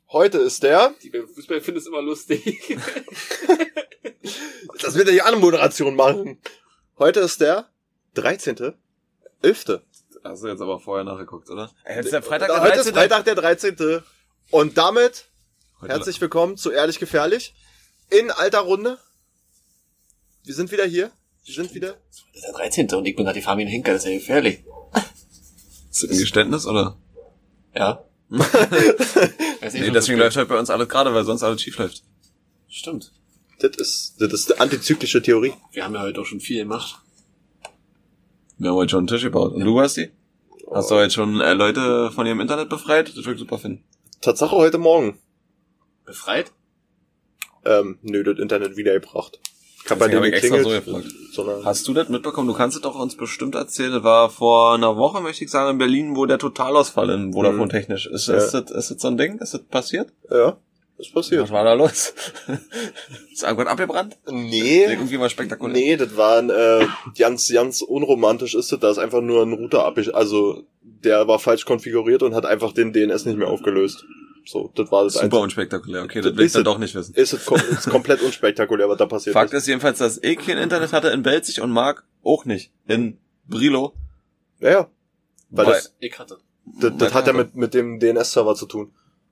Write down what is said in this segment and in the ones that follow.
Heute ist der... Die beim Fußball finden es immer lustig. Das wird ja die Anmoderation machen. Heute ist der 13.11. Hast du jetzt aber vorher nachgeguckt, oder? Heute ist der Freitag der 13. Und damit herzlich willkommen zu Ehrlich Gefährlich in alter Runde. Wir sind wieder hier. Das ist der 13. und ich bin da die Fabian Henker, das ist ja gefährlich. Ist das ein Geständnis, oder? Ja. Nee, deswegen läuft halt bei uns alles gerade, weil sonst alles schief läuft. Stimmt. Das ist die antizyklische Theorie. Wir haben ja heute auch schon viel gemacht. Wir haben heute schon einen Tisch gebaut. Und du, Basti? Hast du heute schon Leute von ihrem Internet befreit? Das würde ich super finden. Tatsache heute Morgen. Befreit? Nö, das Internet wiedergebracht. Ich hab bei Deswegen denen hab ich extra geklingelt. so gefragt. Hast du das mitbekommen? Du kannst es doch uns bestimmt erzählen. Das war vor einer Woche, möchte ich sagen, in Berlin, wo der Totalausfall in Vodafone technisch ist. Ist das so ein Ding? Ist das passiert? Ja, ist passiert. Was war da los? Ist irgendwas abgebrannt? Nee. Irgendwie mal spektakulär. Nee, das war ganz unromantisch ist das. Da ist einfach nur ein Router also der war falsch konfiguriert und hat einfach den DNS nicht mehr aufgelöst. So, das war das super unspektakulär. Okay, das will ich dann doch nicht wissen. Ist komplett unspektakulär, was da passiert Fakt ist jedenfalls, dass ich kein Internet hatte in Belzig und Marc auch nicht. In Brilo. Ja. Weil ich hatte. Das hat ja mit dem DNS-Server zu tun.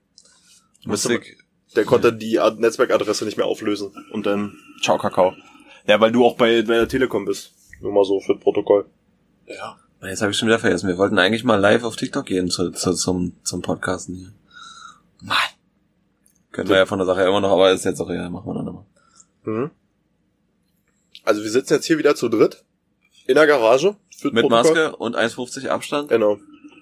Der konnte die Netzwerkadresse nicht mehr auflösen. Und dann, ciao Kakao. Ja, weil du auch bei der Telekom bist. Nur mal so für das Protokoll. Ja. Jetzt habe ich schon wieder vergessen. Wir wollten eigentlich mal live auf TikTok gehen zum Podcasten hier. Mann. Können wir ja von der Sache immer noch, aber ist jetzt auch egal. Machen wir dann nochmal. Mhm. Also wir sitzen jetzt hier wieder zu dritt. In der Garage. Für mit Protokoll. Maske und 1,50 Abstand. Genau.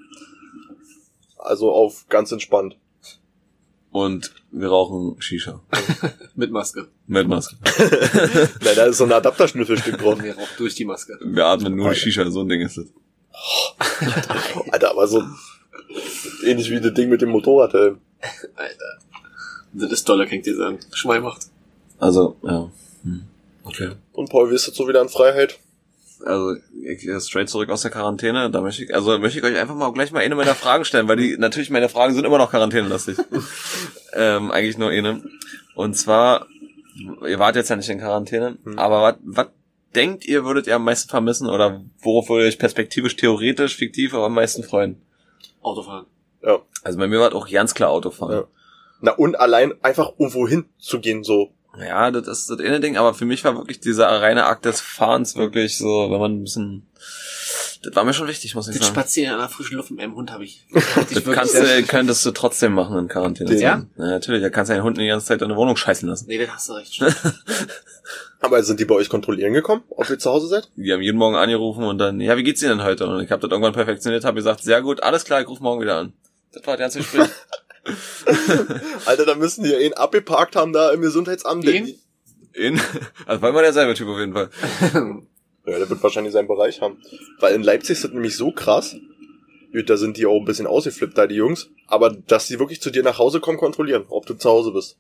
Also auf ganz entspannt. Und wir rauchen Shisha. Mit Maske. Mit Maske. Nein, da ist so ein Adapterschnüffelstück drauf. Wir rauchen durch die Maske. Wir atmen nur Shisha, so ein Ding ist das. Alter, aber so ähnlich wie das Ding mit dem Motorradhelm. Alter. Das ist doller, kann ich dir sagen. Schon mal gemacht. Also, ja. Okay. Und Paul, wie ist das so wieder in Freiheit? Also, ich gehe straight zurück aus der Quarantäne. Da möchte ich euch einfach mal gleich mal eine meiner Fragen stellen, weil natürlich meine Fragen sind immer noch quarantänelastig. Eigentlich nur eine. Und zwar, ihr wart jetzt ja nicht in Quarantäne, aber was denkt ihr, würdet ihr am meisten vermissen oder worauf würdet ihr euch perspektivisch, theoretisch, fiktiv aber am meisten freuen? Autofahren. Ja. Also bei mir war es auch ganz klar Autofahren. Ja. Na und allein einfach irgendwo hin zu gehen, so. Ja, das ist das eine Ding, aber für mich war wirklich dieser reine Akt des Fahrens wirklich so, wenn man ein bisschen, das war mir schon wichtig, muss ich sagen. Spazieren an der frischen Luft mit meinem Hund habe ich. Das könntest du trotzdem machen in Quarantäne. Ja? Ja, natürlich, da kannst du deinen Hund die ganze Zeit in der Wohnung scheißen lassen. Nee, das hast du recht. Aber sind die bei euch kontrollieren gekommen, ob ihr zu Hause seid? Die haben jeden Morgen angerufen und dann, ja, wie geht's Ihnen denn heute? Und ich habe das irgendwann perfektioniert, habe gesagt, sehr gut, alles klar, ich rufe morgen wieder an. Das war das ganze Gespräch. Alter, da müssen die ja einen abgeparkt haben da im Gesundheitsamt. Also war immer derselbe Typ auf jeden Fall. Ja, der wird wahrscheinlich seinen Bereich haben. Weil in Leipzig ist das nämlich so krass. Da sind die auch ein bisschen ausgeflippt, da die Jungs. Aber dass die wirklich zu dir nach Hause kommen, kontrollieren, ob du zu Hause bist.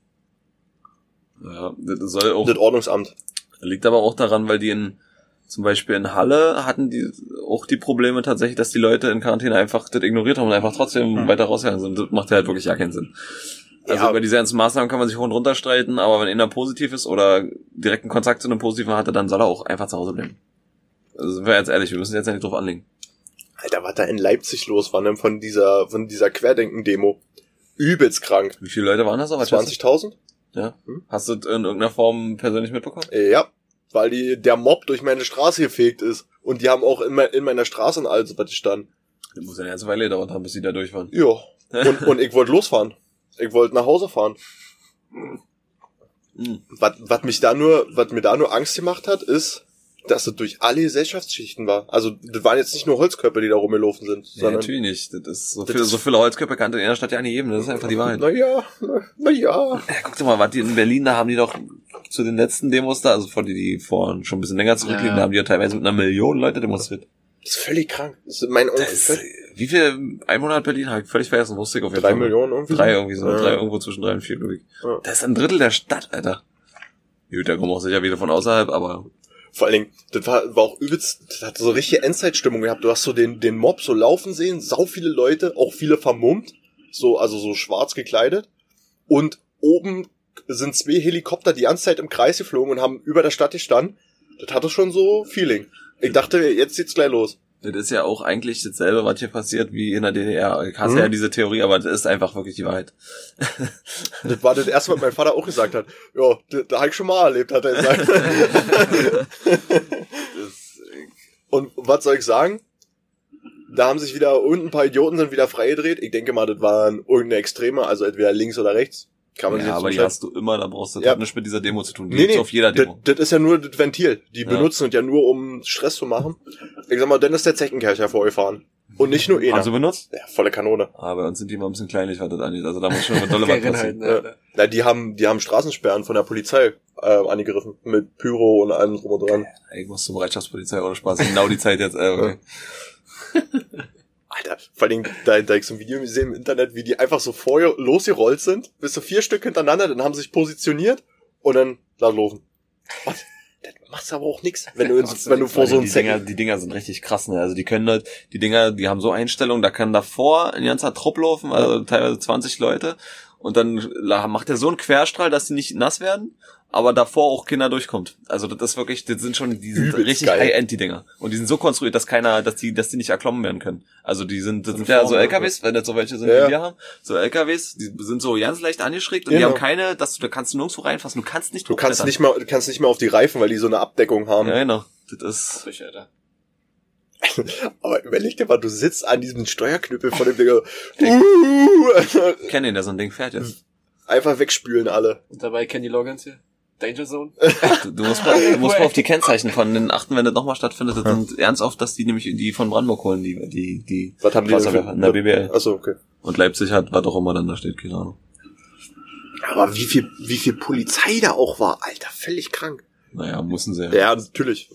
Ja, das soll auch. Das Ordnungsamt. Liegt aber auch daran, weil die zum Beispiel in Halle hatten die auch die Probleme tatsächlich, dass die Leute in Quarantäne einfach das ignoriert haben und einfach trotzdem weiter rausgegangen sind. Das macht ja halt wirklich ja keinen Sinn. Also über diese ganzen Maßnahmen kann man sich hoch und runter streiten, aber wenn einer positiv ist oder direkten Kontakt zu einem Positiven hatte, dann soll er auch einfach zu Hause bleiben. Also sind wir jetzt ehrlich, wir müssen jetzt ja nicht drauf anlegen. Alter, was da in Leipzig los war, ne? Von dieser Querdenken-Demo. Übelst krank. Wie viele Leute waren das? 20.000? Ja. Hast du das in irgendeiner Form persönlich mitbekommen? Ja, weil der Mob durch meine Straße gefegt ist. Und die haben auch in meiner Straße und alles was gestanden. Das muss ja eine ganze Weile dauern haben, bis die da durch waren. Ja. Und ich wollte losfahren. Ich wollte nach Hause fahren. Was mir da nur Angst gemacht hat, ist, dass das durch alle Gesellschaftsschichten war. Also, das waren jetzt nicht nur Holzkörper, die da rumgelaufen sind. Ja, natürlich nicht. Das ist so viele Holzkörper kannte in der Stadt ja nicht jedem. Das ist einfach die Wahrheit. Na ja. Ja, guck dir mal, was die in Berlin, da haben die doch zu den letzten Demos da, also die vor schon ein bisschen länger zurückliegen, da haben die ja teilweise mit 1 Million Leute demonstriert. Das ist völlig krank. Das ist mein wie viel Einwohner hat Berlin? Hab ich völlig vergessen, wusste ich auf jeden Fall. 3 Millionen irgendwie? 3 irgendwie so. 3 irgendwo zwischen 3 und 4, glaube ich. Ja. Das ist 1/3 der Stadt, Alter. Gut, da kommen auch sicher wieder von außerhalb, aber... Vor allen Dingen, das war auch übelst, das hat so richtige Endzeitstimmung gehabt. Du hast so den Mob so laufen sehen, sau viele Leute, auch viele vermummt. so schwarz gekleidet. Und oben sind 2 Helikopter die ganze Zeit im Kreis geflogen und haben über der Stadt gestanden. Das hatte schon so Feeling. Ich dachte, jetzt geht's gleich los. Das ist ja auch eigentlich dasselbe, was hier passiert wie in der DDR. Ich hasse ja diese Theorie, aber das ist einfach wirklich die Wahrheit. Das war das erste, was mein Vater auch gesagt hat. Ja, da habe ich schon mal erlebt, hat er gesagt. Und was soll ich sagen? Da haben sich wieder ein paar Idioten sind wieder freigedreht. Ich denke mal, das waren irgendeine Extreme, also entweder links oder rechts. Kann man ja, aber die hast du immer, da brauchst du ja. hat nichts mit dieser Demo zu tun. Die gibt's auf jeder Demo. Das ist ja nur das Ventil. Die benutzen es ja nur, um Stress zu machen. Ich sag mal, dann ist der Zeckenkercher vorgefahren. Und nicht nur einer. Haben sie benutzt? Ja, volle Kanone. Aber bei uns sind die mal ein bisschen kleinlich, was das angeht. Also da muss schon eine dolle was passieren. Ja, die haben Straßensperren von der Polizei angegriffen. Mit Pyro und allem drum und dran. Ich muss zur Bereitschaftspolizei ohne Spaß. Genau die Zeit jetzt. Okay. Alter, vor allem, da ich so ein Video gesehen im Internet, wie die einfach so losgerollt sind, bis zu 4 Stück hintereinander, dann haben sie sich positioniert und dann laufen. Was? Das machst aber auch nix, wenn du vor so einem Die Dinger sind richtig krass, ne? Also die können halt, die Dinger, die haben so Einstellungen, da kann davor ein ganzer Trupp laufen, also teilweise 20 Leute, und dann macht er so einen Querstrahl, dass die nicht nass werden, aber davor auch Kinder durchkommt. Also das ist wirklich, die sind richtig High-End, die Dinger. Und die sind so konstruiert, dass die nicht erklommen werden können. Also das sind ja so LKWs, wenn das so welche sind, wie wir haben. So LKWs, die sind so ganz leicht angeschrägt und die haben keine, da kannst du nirgendwo reinfassen, du kannst nicht nicht mehr auf die Reifen, weil die so eine Abdeckung haben. Ja, genau. Das ist... Aber überleg dir mal, du sitzt an diesem Steuerknüppel von dem Ding. Ich kenn den, der so ein Ding fährt jetzt. Einfach wegspülen alle. Und dabei Kenny Loggins hier. Danger Zone. Du musst mal auf die Kennzeichen von den achten, wenn das nochmal stattfindet. Das sind ernst oft, dass die nämlich die von Brandenburg holen, die was haben die Wasserwerfer in der BBL. Achso, okay. Und Leipzig hat, was auch immer dann da steht, keine Ahnung. Aber wie viel Polizei da auch war, Alter, völlig krank. Naja, mussten sie ja. Ja, natürlich,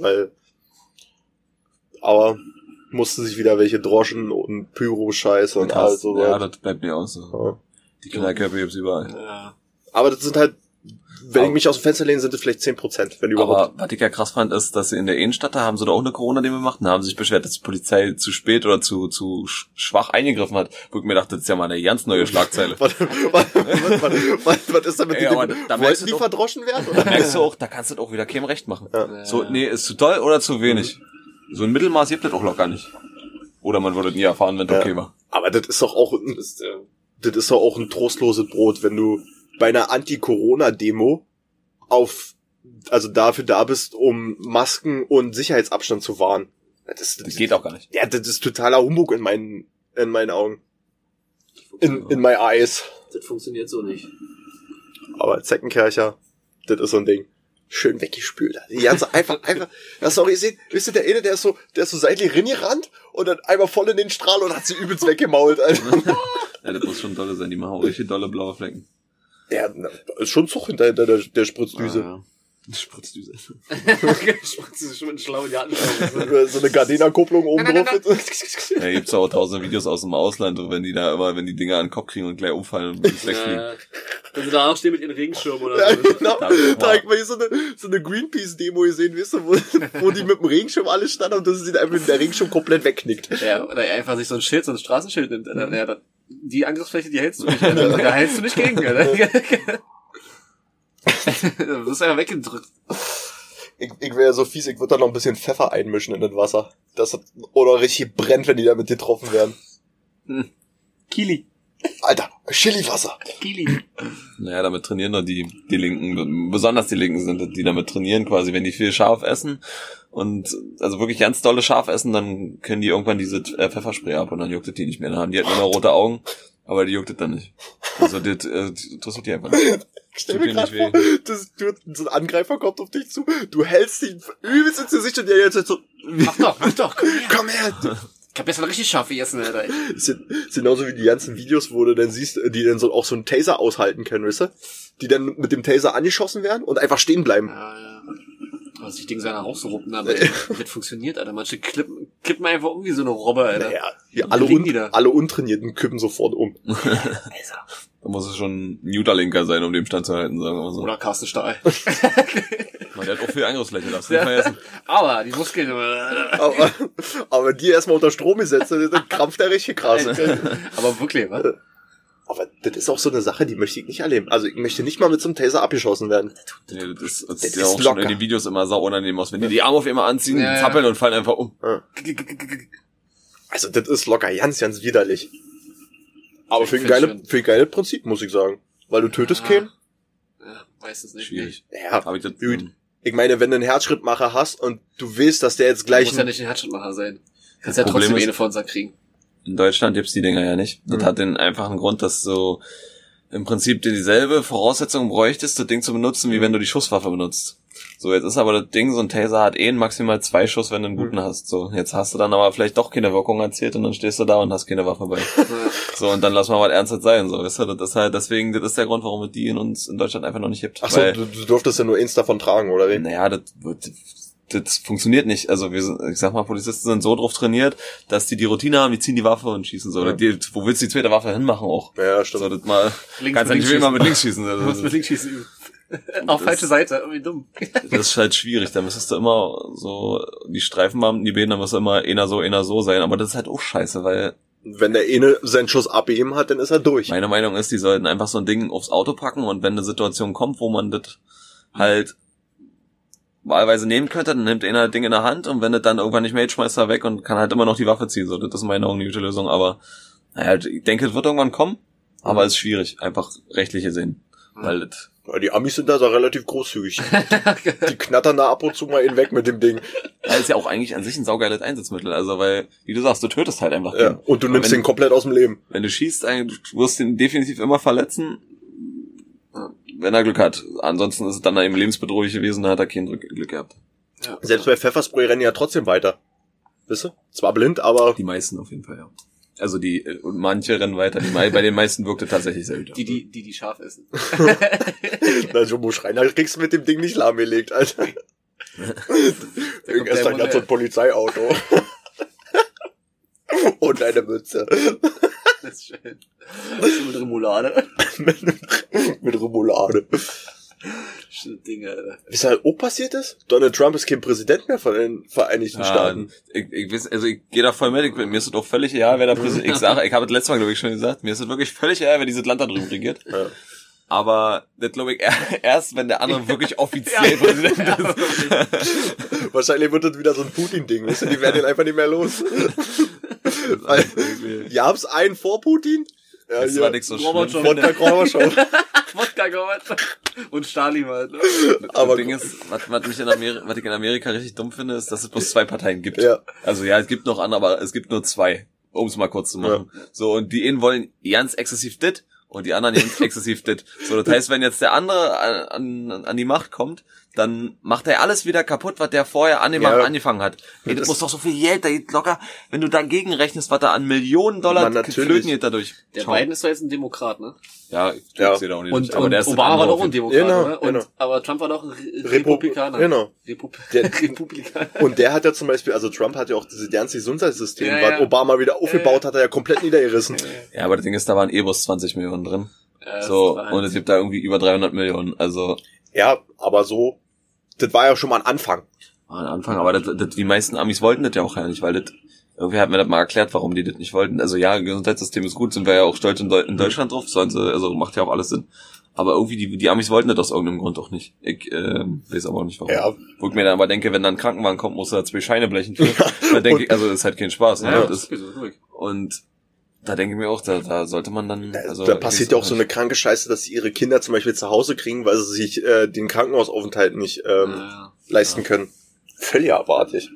aber mussten sich wieder welche Droschen und Pyro-Scheiße und alles so. Ja, das bleibt mir aus. So. Ja. Die Knallkörper gibt's überall. Ja. Aber das sind halt, wenn ich mich aus dem Fenster lehne, sind das vielleicht 10%, wenn überhaupt. Aber was ich ja krass fand, ist, dass sie in der Innenstadt, da haben sie da auch eine Corona-Demo gemacht, und da haben sie sich beschwert, dass die Polizei zu spät oder zu schwach eingegriffen hat. Wo ich mir dachte, das ist ja mal eine ganz neue Schlagzeile. Was ist da mit denen? Wollten die verdroschen werden? Oder? Da merkst du auch, da kannst du das auch wieder keinem recht machen. Ja. So, nee, ist zu doll oder zu wenig. So ein Mittelmaß gibt es auch gar nicht. Oder man würde nie erfahren, wenn es okay war. Aber das ist doch auch ein trostloses Brot, wenn du bei einer Anti-Corona-Demo dafür da bist, um Masken und Sicherheitsabstand zu wahren. Das geht auch gar nicht. Ja, das ist totaler Humbug in meinen Augen. In my eyes. Das funktioniert so nicht. Aber Zeckenkercher, das ist so ein Ding. Schön weggespült. Die ganze einfach, hast du auch gesehen, wisst ihr, der eine, der ist so seitlich reingerannt und dann einmal voll in den Strahl und hat sie übelst weggemault, Alter. Ja, das muss schon dolle sein, die machen auch richtig dolle blaue Flecken. Ja, ist schon Zug hinter der Spritzdüse. Ja. Spritzdüse. Spritzdüse schon mit schlauen Jahren. So eine Gardena-Kupplung oben drauf. Ja, gibt's auch 1000 Videos aus dem Ausland, wenn die Dinger an den Kopf kriegen und gleich umfallen und wegfliegen. Wenn sie da auch stehen mit ihren Regenschirm oder ja, so. Genau. Da hab ich mal hier so eine Greenpeace-Demo gesehen, weißt du, wo die mit dem Regenschirm alle standen und das sieht einfach der Regenschirm komplett wegknickt. Ja, oder er einfach sich so ein Straßenschild nimmt. Ja, die Angriffsfläche, die hältst du nicht. Da hältst du nicht gegen. Du wirst ja weggedrückt. Ich wäre ja so fies, ich würde da noch ein bisschen Pfeffer einmischen in das Wasser. Oder richtig brennt, wenn die damit getroffen werden. Kili. Alter, Chiliwasser. Kili. Naja, damit trainieren doch die Linken, besonders die Linken sind, die damit trainieren quasi, wenn die viel scharf essen und also wirklich ganz dolle scharf essen, dann können die irgendwann diese Pfefferspray ab und dann juckt es die nicht mehr. Dann haben die halt nur noch rote Augen, aber die juckt es dann nicht. Also das interessiert die einfach nicht. Stell mir grad vor, so ein Angreifer kommt auf dich zu, du hältst ihn übelst ins Gesicht und der jetzt so, mach doch, komm her. Ich hab gestern richtig scharf gegessen, Alter. Das ist genauso wie die ganzen Videos, wo du dann siehst, die dann so auch so einen Taser aushalten können, weißt du? Die dann mit dem Taser angeschossen werden und einfach stehen bleiben. Ja. Was sich Ding seiner rauszuruppen, aber das funktioniert, Alter. Manche klippen einfach um wie so eine Robbe, Alter. Naja, alle Untrainierten kippen sofort um. Alter. Da muss es schon ein Utah-Linker sein, um dem Stand zu halten, sagen wir mal so. Oder Carsten Stahl. Der hat auch viel Angriffsfläche, das nicht vergessen. Aber die Muskeln. aber die erstmal unter Strom gesetzt, dann krampft der richtig krass. Aber wirklich, was? Aber das ist auch so eine Sache, die möchte ich nicht erleben. Also ich möchte nicht mal mit so einem Taser abgeschossen werden. Nee, das sieht ja auch schon in den Videos immer sau unangenehm aus. Wenn die Arme auf einmal anziehen, Ja. zappeln und fallen einfach um. Ja. Also das ist locker ganz, ganz widerlich. Aber für ein geiles Prinzip, muss ich sagen. Weil du tötest keinen. Ja, weiß es nicht. Schwierig. Ja, Hab ich das, gut. Ich meine, wenn du einen Herzschrittmacher hast und du willst, dass der jetzt gleich... Muss ja nicht ein Herzschrittmacher sein. Kannst ja Problem trotzdem ist- eine von uns kriegen. In Deutschland gibt's die Dinger ja nicht. Das hat den einfachen Grund, dass du im Prinzip dir dieselbe Voraussetzung bräuchtest, das Ding zu benutzen, wie wenn du die Schusswaffe benutzt. So, jetzt ist aber das Ding, so ein Taser hat maximal 2 Schuss, wenn du einen guten hast. So, jetzt hast du dann aber vielleicht doch keine Wirkung erzielt und dann stehst du da und hast keine Waffe bei. So, und dann lass mal was Ernstes sein, so, weißt du, das ist halt deswegen, das ist der Grund, warum es die in uns in Deutschland einfach noch nicht gibt. Ach so, Weil, du durftest ja nur eins davon tragen, oder wie? naja, das funktioniert nicht. Also ich sag mal, Polizisten sind so drauf trainiert, dass die Routine haben, die ziehen die Waffe und schießen so. Ja. Wo willst du die zweite Waffe hinmachen auch? Ja, stimmt. So, das mal, Links kannst ja mit nicht links immer mit schießen. links schießen. Du musst mit links schießen üben. Auf falsche Seite, irgendwie dumm. Das ist halt schwierig. Da müsstest du immer so, die Streifenbeamten, die Bäden, da muss immer einer so sein. Aber das ist halt auch scheiße, weil Wenn der eine seinen Schuss abgeben hat, dann ist er durch. meine Meinung ist, die sollten einfach so ein Ding aufs Auto packen und wenn eine Situation kommt, wo man das halt wahlweise nehmen könnte, dann nimmt einer das Ding in der Hand und wenn das dann irgendwann nicht mehr geht, schmeißt er weg und kann halt immer noch die Waffe ziehen. So, das ist meine Augen die gute Lösung. Aber naja, ich denke, es wird irgendwann kommen, aber es ist schwierig, einfach rechtlich gesehen. Weil das Ja, die Amis sind da so relativ großzügig. Die knattern da ab und zu mal ihn weg mit dem Ding. das ist ja auch eigentlich an sich ein saugeiles Einsatzmittel. Also, weil, wie du sagst, du tötest halt einfach Ja. den. Und du nimmst wenn- den komplett aus dem Leben. Wenn du schießt, du wirst ihn definitiv immer verletzen, wenn er Glück hat. Ansonsten ist es dann eben lebensbedrohlich gewesen, da hat er kein Glück gehabt. Ja. Selbst bei Pfefferspray rennen die ja trotzdem weiter. Wisst ihr? Zwar blind, aber Die meisten auf jeden Fall, ja. Also und manche rennen weiter. Bei den meisten wirkt es tatsächlich sehr gut. Die scharf essen. na, Jumbo Schreiner kriegst du mit dem Ding nicht lahmgelegt, Alter. Irgendwann ist dann ganz so ein Polizeiauto. Und eine Mütze. Das ist schön. Mit Remoulade. Mit Remoulade. Schöne Dinge, Alter. Wisst ihr, was auch passiert ist? Donald Trump ist kein Präsident mehr von den Vereinigten Staaten. Ich gehe da voll mit. Mir ist es doch völlig egal, wer da Präsident. Ich habe das letzte Mal, glaube ich, schon gesagt. Mir ist es wirklich völlig egal, wer dieses Land da drüben regiert. Ja. Aber das glaube ich erst, wenn der andere wirklich offiziell Präsident ist. Wahrscheinlich wird das wieder so ein Putin-Ding, wisst ihr? Die werden den einfach nicht mehr los. Weil, gab's einen vor Putin? Ja, Das war nicht so schlimm. Gorbatschow. Wodka Gorbatschow. Wodka Gorbatschow. Und Stalin halt. Ne? Aber das Ding ist, was ich in Amerika richtig dumm finde, ist, dass es bloß 2 Parteien gibt. Ja. Also ja, es gibt noch andere, aber es gibt nur 2, um es mal kurz zu machen. So, und die einen wollen ganz exzessiv dit und die anderen ganz exzessiv dit. So, das heißt, wenn jetzt der andere an die Macht kommt, dann macht er alles wieder kaputt, was der vorher angefangen hat. Ey, das muss doch so viel Geld, da geht locker, wenn du dagegen rechnest, was da an Millionen Dollar Man, natürlich. flöten geht dadurch. Der Ciao. Biden ist doch jetzt ein Demokrat, ne? Ja, ich Ja. sehe da auch nicht. Und, aber der ist Obama war andere doch ein auf jeden- Demokrat, Genau, oder? Und, genau. aber Trump war doch ein Republikaner. Genau. Republikaner. Und der hat ja zum Beispiel, also Trump hat ja auch dieses ganze Gesundheitssystem, Ja, was ja. Obama wieder aufgebaut hat, er ja komplett niedergerissen. Ja, aber das Ding ist, da waren bloß 20 Millionen drin. Ja, So, das ist und es gibt da irgendwie über 300 Millionen. Also, Ja, aber so, das war ja schon mal ein Anfang. war ein Anfang, aber die meisten Amis wollten das ja auch ja nicht, weil das, irgendwie hat mir das mal erklärt, warum die das nicht wollten. Also ja, Gesundheitssystem ist gut, sind wir ja auch stolz in Deutschland drauf, also macht ja auch alles Sinn. Aber irgendwie, die Amis wollten das aus irgendeinem Grund auch nicht. Ich weiß aber auch nicht warum. Ja. Wo ich mir dann aber denke, wenn dann ein Krankenwagen kommt, muss er 2 Scheine blechen für. Da denke ich, also das ist halt kein Spaß. Ne? Ja, Das das ist, ist so ruhig. und da denke ich mir auch, da sollte man dann, also. Da ich passiert weiß ja auch so eine kranke Scheiße, dass sie ihre Kinder zum Beispiel zu Hause kriegen, weil sie sich den Krankenhausaufenthalt nicht Ja. leisten können. Völlig abartig.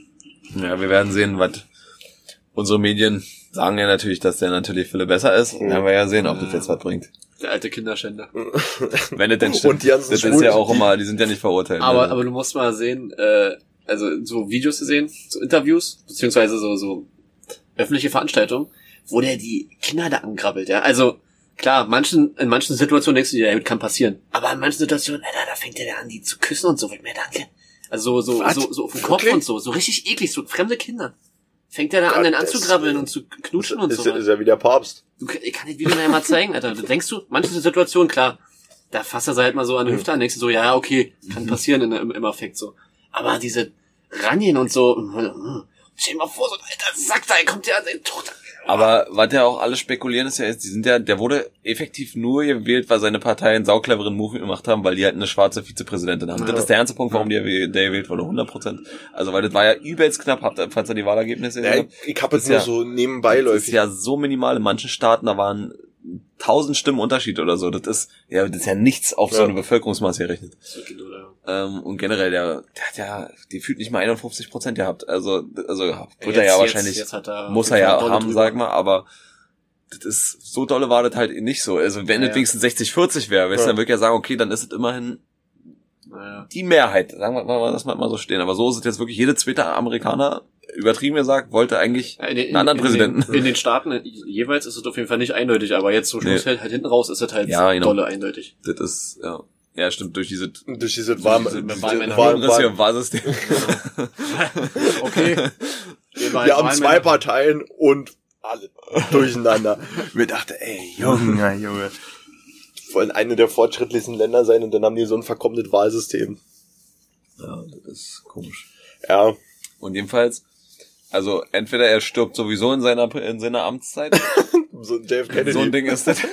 Ja, wir werden sehen, was unsere Medien sagen ja natürlich, dass der natürlich viel besser ist. Mhm. Werden wir ja sehen, ob das jetzt was bringt. Der alte Kinderschänder. Wenn es denn stimmt. Und die ganzen das ist Schwulen, ja auch immer, die sind ja nicht verurteilt. Aber ne? du musst mal sehen, also so Videos gesehen, so Interviews, beziehungsweise so öffentliche Veranstaltungen, wo der die Kinder da angrabbelt, ja. Also klar, in manchen Situationen denkst du dir, ja, das kann passieren. Aber in manchen Situationen, Alter, da fängt der an, die zu küssen und so, wird mir danke. Also so Was? auf den Kopf Wirklich? und so richtig eklig, so fremde Kinder. Fängt der da an, den Gottes anzugrabbeln Willen. und zu knutschen und ist, so. ist ja wie der Papst. Ich kann das Video nachher mal zeigen, Alter. Denkst du, manche Situationen, klar, da fasst er sie halt mal so an die Hüfte an, denkst du so, ja, okay, kann passieren im Affekt so. Aber diese Rangehen und so, stell dir mal vor, so ein alter Sack da, kommt der an seine Tochter. Aber was ja auch alle spekulieren ist ja, der wurde effektiv nur gewählt, weil seine Partei einen saucleveren Move gemacht haben, weil die halt eine schwarze Vizepräsidentin haben. Ja. Das ist der ganze Punkt, warum der gewählt wurde, 100%. Also, weil das war ja übelst knapp, falls ihr die Wahlergebnisse gesehen habt. Ich habe jetzt nur so nebenbeiläufig. Das ist ja so minimal. In manchen Staaten, da waren 1000 Stimmen Unterschied oder so. Das ist ja nichts auf so eine Bevölkerungsmasse gerechnet. Und generell, die fühlt nicht mal 51% gehabt. Also wird er ja wahrscheinlich, muss er ja haben, sag mal, aber das ist, so dolle war das halt nicht so. Also wenn es wenigstens 60-40 wäre, dann würde ich ja sagen, okay, dann ist es immerhin die Mehrheit. Sagen wir mal, das mal so stehen. Aber so ist es jetzt wirklich, jede zweite Amerikaner, übertrieben gesagt, wollte eigentlich einen anderen Präsidenten. In den Staaten jeweils ist es auf jeden Fall nicht eindeutig, aber jetzt zum Schluss halt hinten raus ist es halt dolle eindeutig. Das ist, ja, stimmt, durch diese Wahlsystem. Okay. Wir haben 2 Parteien und alle durcheinander. Wir dachten, ey, Junge. Wollen eine der fortschrittlichsten Länder sein und dann haben die so ein verkommenes Wahlsystem. Ja, das ist komisch. Ja. Und jedenfalls, also entweder er stirbt sowieso in seiner Amtszeit. So ein Dave Kennedy. So ein Ding ist das.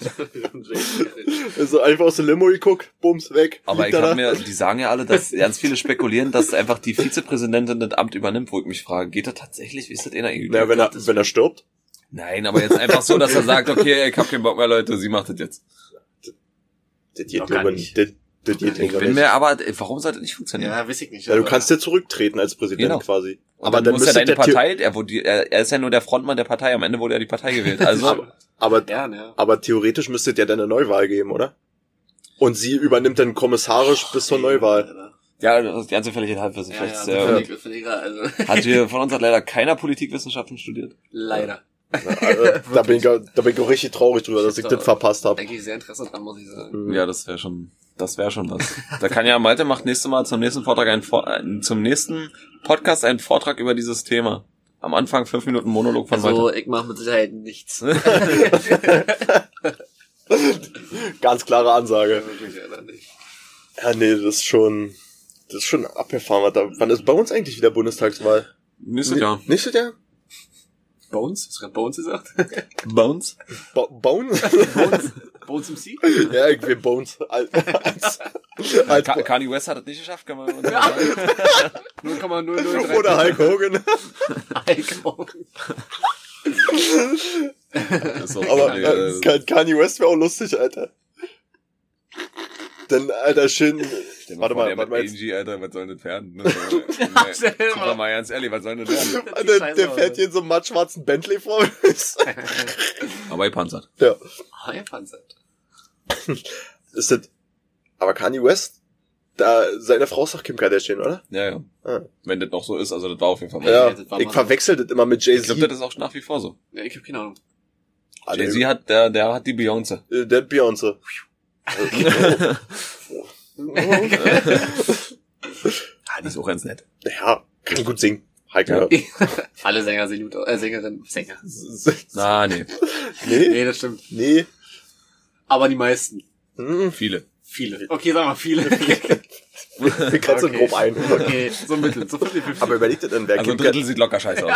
So einfach aus der Limo geguckt, bums, weg. Aber die sagen ja alle, dass ganz viele spekulieren, dass einfach die Vizepräsidentin das Amt übernimmt, wo ich mich frage, geht das tatsächlich? Wie ist das eigentlich? Naja, wenn er stirbt? Nein, aber jetzt einfach so, dass er sagt, okay, ich hab keinen Bock mehr, Leute, sie macht das jetzt. Das geht aber nicht. Aber warum sollte das nicht funktionieren? Ja, weiß ich nicht. Ja, du kannst ja zurücktreten als Präsident quasi. Aber dann muss ja deine Partei, er ist ja nur der Frontmann der Partei, am Ende wurde ja die Partei gewählt. Also aber theoretisch müsste es ja dann eine Neuwahl geben, oder? Und sie übernimmt dann kommissarisch bis zur Neuwahl. Ja, das ist ganz völlig Halbwissen. Hat hier von uns leider keiner Politikwissenschaften studiert. Leider. Da bin ich auch richtig traurig drüber, dass ich das verpasst habe. Eigentlich sehr Interesse dran, muss ich sagen. Ja, das wäre schon was. Da kann ja Malte macht nächstes Mal zum nächsten Podcast einen Vortrag über dieses Thema. Am Anfang 5 Minuten Monolog von Malte. Also, ich mache mit Sicherheit nichts. Ganz klare Ansage. Ja, nee, das ist schon abgefahren. Wann ist bei uns eigentlich wieder Bundestagswahl? Nächstes Jahr. Nächstes Jahr? Bones? Hast du gerade Bones gesagt? Bones? Bones? Bones im C? Ja, ich will Bones. Kanye West hat es nicht geschafft, kann man sagen. 0,003. Oder Hulk Hogan. Hulk Hogan. Aber Kanye West wäre auch lustig, Alter. Dann, Alter, schön... Warte mal. Angie, Alter, was soll denn das werden? Mal ganz ehrlich, was soll denn das werden? Der fährt hier in so einem mattschwarzen Bentley vor. Aber er panzert. Ja. Er panzert. Ist das... Aber Kanye West, seine Frau ist doch Kim Kardashian, oder? Ja. Wenn das noch so ist, also das war auf jeden Fall mal. Ja, ich verwechsel das immer mit Jay-Z. Ich glaube, das ist auch nach wie vor so. Ja, ich hab keine Ahnung. Jay-Z hat, der hat die Beyoncé. Der hat Beyoncé. Die ist auch ganz nett. Ja, kann gut singen. Heike. Ja. Alle Sänger sind gut, Sängerinnen, Sänger. Nee. Nee, das stimmt. Nee. Aber die meisten. Viele. Okay, sag mal viele. Wir grenzen grob ein. Okay, so mittel, so 50-50. Aber überlegt ihr dann, wer also ein Drittel sieht locker scheiße aus.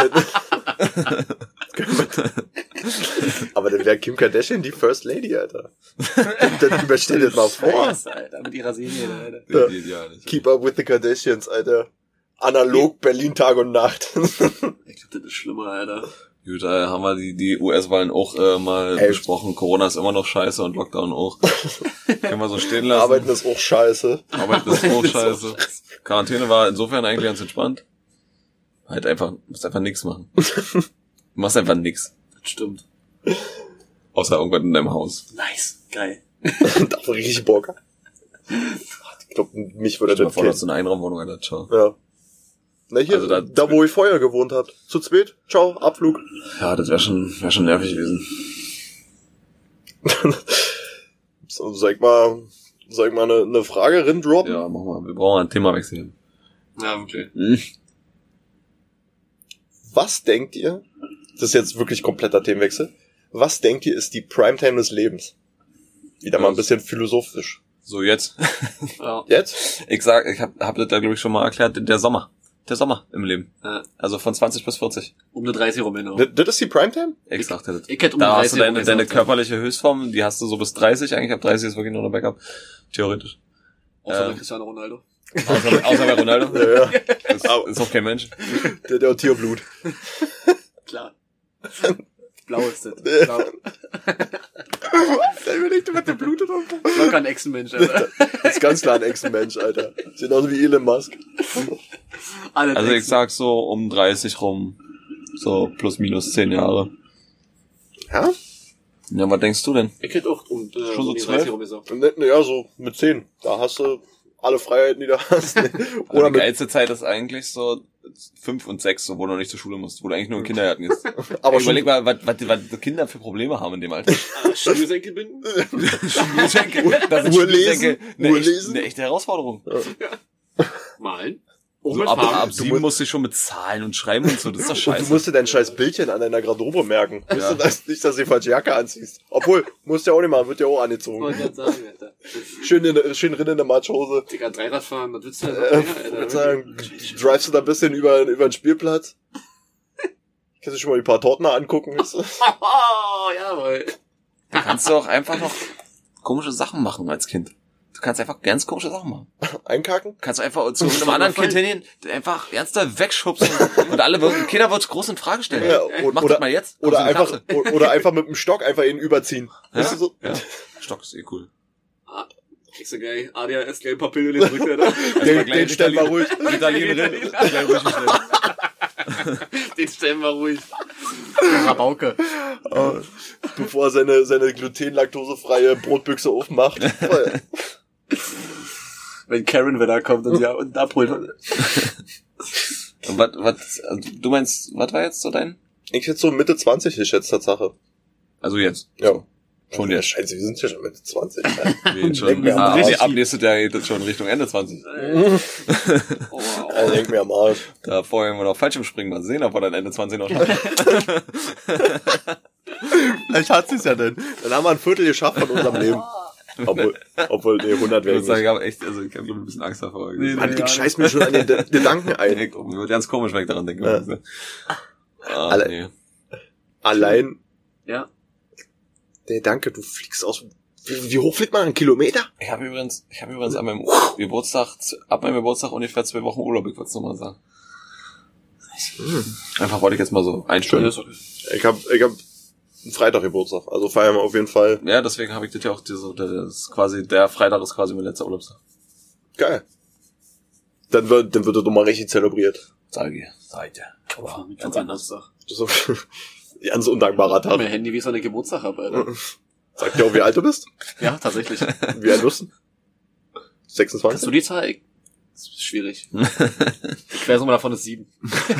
Aber dann wäre Kim Kardashian die First Lady, Alter. Dann überstell dir das mal vor. Alter, mit ihrer Serie, Alter. Ja. Keep up with the Kardashians, Alter. Analog Berlin Tag und Nacht. Ich glaube, das ist schlimmer, Alter. Gut, haben wir die US-Wahlen auch mal besprochen. Corona ist immer noch scheiße und Lockdown auch. Können wir so stehen lassen. Arbeiten ist auch scheiße. Quarantäne war insofern eigentlich ganz entspannt. Musst einfach nichts machen. Du machst einfach nichts. Das stimmt. Außer irgendwas in deinem Haus. Nice, geil. Da war richtig Bock. Ich glaube, mich würde das vor, dass du eine Einraumwohnung hattest. Ciao. Ja. Na hier, also da wo ich vorher gewohnt habt. Zu zweit. Ciao, Abflug. Ja, das wäre schon nervig gewesen. So, soll ich mal eine Frage droppen? Ja, mach mal. Wir brauchen ein Themawechsel. Ja, okay. Was denkt ihr, das ist jetzt wirklich kompletter Themenwechsel, was denkt ihr ist die Primetime des Lebens? Wieder mal ein bisschen philosophisch. So, jetzt. Ja. Jetzt? Ich hab das da glaube ich schon mal erklärt, der Sommer. der Sommer im Leben. Ja. Also von 20 bis 40. Um eine 30 rum genau. Das ist die Primetime? Ich sagte das. Ich hätte um Da eine hast du 30 rum deine gesagt. körperliche Höchstform, die hast du so bis 30, eigentlich ab 30 ist wirklich nur eine Backup. Theoretisch. Außer bei Cristiano Ronaldo. Außer bei Ronaldo. Ja. Ist auch kein Mensch. Der hat Tierblut. Klar. Blau ist das. Blau. Da überlegt du mit dem Blut oder so. Locker ein Echsenmensch, Alter. Das ist ganz klar ein Echsenmensch, Alter. Sieht aus wie Elon Musk. Alle Also ich Echsen. sag so um 30 rum. So plus minus 10 Jahre. Ja? Ja, was denkst du denn? Ich hätte auch um Schon so die 12? 30 rum gesagt. Ja, so mit 10. Da hast du alle Freiheiten, die du hast. Also Oder die mit, geilste Zeit ist eigentlich so 5 und 6, so, wo du noch nicht zur Schule musst, wo du eigentlich nur im Kindergarten gehst. aber Ey, überleg schon, mal, was Kinder für Probleme haben in dem Alter. Schnürsenkel binden? Schnürsenkel, das sind Uhrlesen? Schnürsenkel Uhrlesen? eine echte Herausforderung. Malen? Auch So mit ab Farben? 7 musst du schon mit Zahlen und Schreiben und so, das ist doch und scheiße. du musst dir dein scheiß Bildchen an deiner Garderobe merken. Ja. Nicht, dass du die falsche Jacke anziehst. Obwohl, musst du ja auch nicht machen, wird ja auch angezogen. Wollte ich gerade sagen, Alter. Schön drin in der Matschhose. Digga, Dreirad fahren, was willst du Ich würde sagen, drivest du da ein bisschen über den Spielplatz? Kannst du schon mal die paar Torten angucken? Oh, jawohl. Da kannst du auch einfach noch komische Sachen machen als Kind. Du kannst einfach ganz komische Sachen machen. Einkacken? Kannst du einfach zu einem anderen Kind hingehen, einfach ernsthaft wegschubsen und Kinder würden es groß in Frage stellen. Ja, Mach das mal jetzt. Oder Komm so in die einfach, oder einfach mit dem Stock einfach ihn überziehen. Weißt du so? Ja. Stock ist cool. Kriegst du geil. ADHS, gelbe Papille, den drückt er da. Den stellen wir ruhig. Ritalin drin. Gleich ruhig schnell. Den stellen wir ruhig. Rabauke. Bevor er seine gluten-laktosefreie Brotbüchse aufmacht. Wenn Karen wieder kommt und ja und abholt. Und was, also du meinst, was war jetzt so dein? Ich schätze so Mitte 20 ist jetzt Tatsache. Also jetzt. Ja. Schon Ja, jetzt. scheiße, wir sind ja schon Mitte 20. Wie schon. Denk mir am Nee, Arsch. ab nächstes Jahr geht es schon Richtung Ende 20. Oh, Also denk mir am Arsch. Da vorher wir noch Fallschirmspringen mal sehen, ob wir dann Ende 20 noch schaffen. Vielleicht hat sie's ja denn. Dann haben wir ein Viertel geschafft von unserem Leben. Obwohl, nee, 100 Ich wäre muss sagen, nicht. ich habe echt, also ich habe ein bisschen Angst davor. Nee, Mann, ich scheiß mir schon an den Gedanken ein. Mir wird ganz komisch, wenn ich daran denke. Ja. Ah, nee. Allein, ja. nee, danke, du fliegst aus. Wie hoch fliegt man? 1 Kilometer? Ich habe übrigens an meinem Geburtstag, ab meinem Geburtstag ungefähr 2 Wochen Urlaub, ich wollte es nochmal sagen. Einfach wollte ich jetzt mal so einstellen. Ich hab einen Freitag Geburtstag, also feiern wir auf jeden Fall. Ja, deswegen habe ich das ja auch das ist quasi, der Freitag ist quasi mein letzter Urlaubstag. Geil. Dann wird das doch mal richtig zelebriert. Seite. Aber ganz anders. Das ist so ein ganz undankbarer Tag. Mein Handy, wie ich so eine Geburtstag habe, Alter. Sag dir auch, wie alt du bist? Ja, tatsächlich. Wie alt bist du? Hast du 26? die Zahl? Das ist schwierig. Die Quersumme davon ist 7.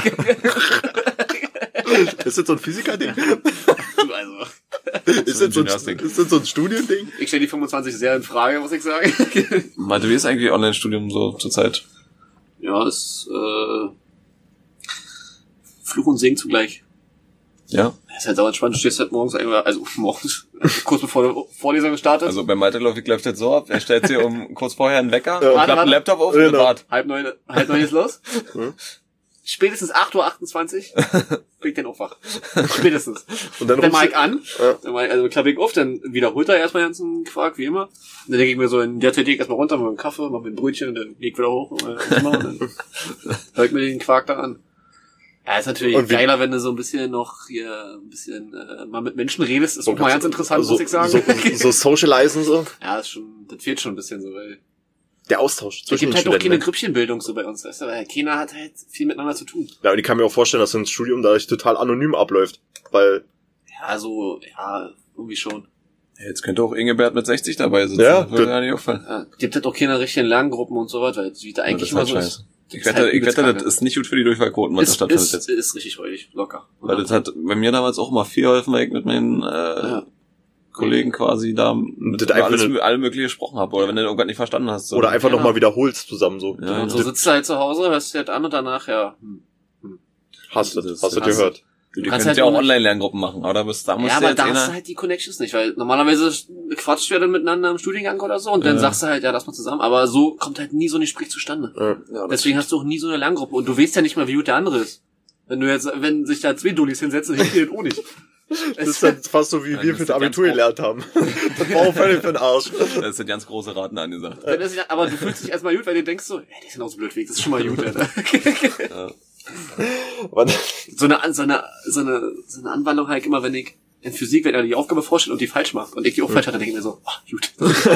Ist das so ein Physiker-Ding? Also, Ist das Gymnastik. so ein Studiending? ich stelle die 25 sehr in Frage, muss ich sagen. Malte, wie ist eigentlich Online-Studium so zur Zeit? Ja, ist Fluch und Segen zugleich. Ja? Das ist halt sauer spannend. Du stehst halt morgens, kurz bevor die Vorlesung startet. Also bei Malte läuft jetzt so ab, er stellt sich kurz vorher einen Wecker, Ja. klappt den Laptop auf Genau. und wart. halb neun ist los. Hm? Spätestens 8:28 Uhr bin ich dann auch wach. Spätestens. Und dann Dann rufst mach du, ich an, also klappe ich auf, dann wiederholt er erstmal den ganzen Quark, wie immer. Und dann denke ich mir so, in der Zeit gehe ich erstmal runter, mach mir einen Kaffee, mach mir ein Brötchen, und dann gehe ich wieder hoch und dann hör ich mir den Quark da an. Ja, ist natürlich Und wie- geiler, wenn du so ein bisschen noch hier mal mit Menschen redest, ist auch mal ganz interessant, so, muss ich sagen. So socialisen so. Ja, das fehlt schon ein bisschen so, weil Der Austausch es zwischen gibt den halt auch keine Studenten. Grüppchenbildung so bei uns, weißt du, weil keiner hat halt viel miteinander zu tun. Ja, und ich kann mir auch vorstellen, dass so ein Studium dadurch total anonym abläuft. Weil, Ja, irgendwie schon. Jetzt könnte auch Ingebert mit 60 dabei sitzen. Ja, das würde das- ja nicht auffallen. Ja, gibt halt auch keine richtigen Lerngruppen und so weiter, weil es wieder eigentlich immer das ist so halt ist. scheiße. Ich ist wette, halt übelst das kacke. ist nicht gut für die Durchfallquoten, was da stattfindet jetzt. Ist richtig räudig, locker. Weil das hat bei mir damals auch immer viel geholfen, weil ich mit meinen Kollegen quasi da mit Das über einfach alle mögliche gesprochen habe. Oder wenn du irgendwas nicht verstanden hast. So. oder einfach Genau. nochmal wiederholst zusammen so. Ja, Und so sitzt du halt zu Hause, hörst dir halt an und danach, Hast du Das hast du ist- gehört. Du kannst kannst halt ja auch nur- Online-Lerngruppen machen, oder? Da musst Ja, du aber jetzt da hast du halt die Connections nicht, weil normalerweise quatscht wir dann miteinander im Studiengang oder so und dann sagst du halt, ja, lass mal zusammen, aber so kommt halt nie so ein Gespräch zustande. Ja, Deswegen hast du auch nie so eine Lerngruppe und du weißt ja nicht mal, wie gut der andere ist. Wenn sich da 2 Dullis hinsetzen, hilft dir das auch nicht. das ist dann fast so, wie Dann wir ist für das das Abitur ganz gelernt haben. Das war auch völlig für den Arsch. Da sind ganz große Raten angesagt. Aber du fühlst dich erstmal gut, weil du denkst so, die sind auch so blöd weg, das ist schon mal gut, Alter. Wann- So eine Anwandlung halt immer, wenn ich in Physik, wenn er die Aufgabe vorstellt und die falsch macht und ich die auch falsch hatte, denke ich mir so, gut.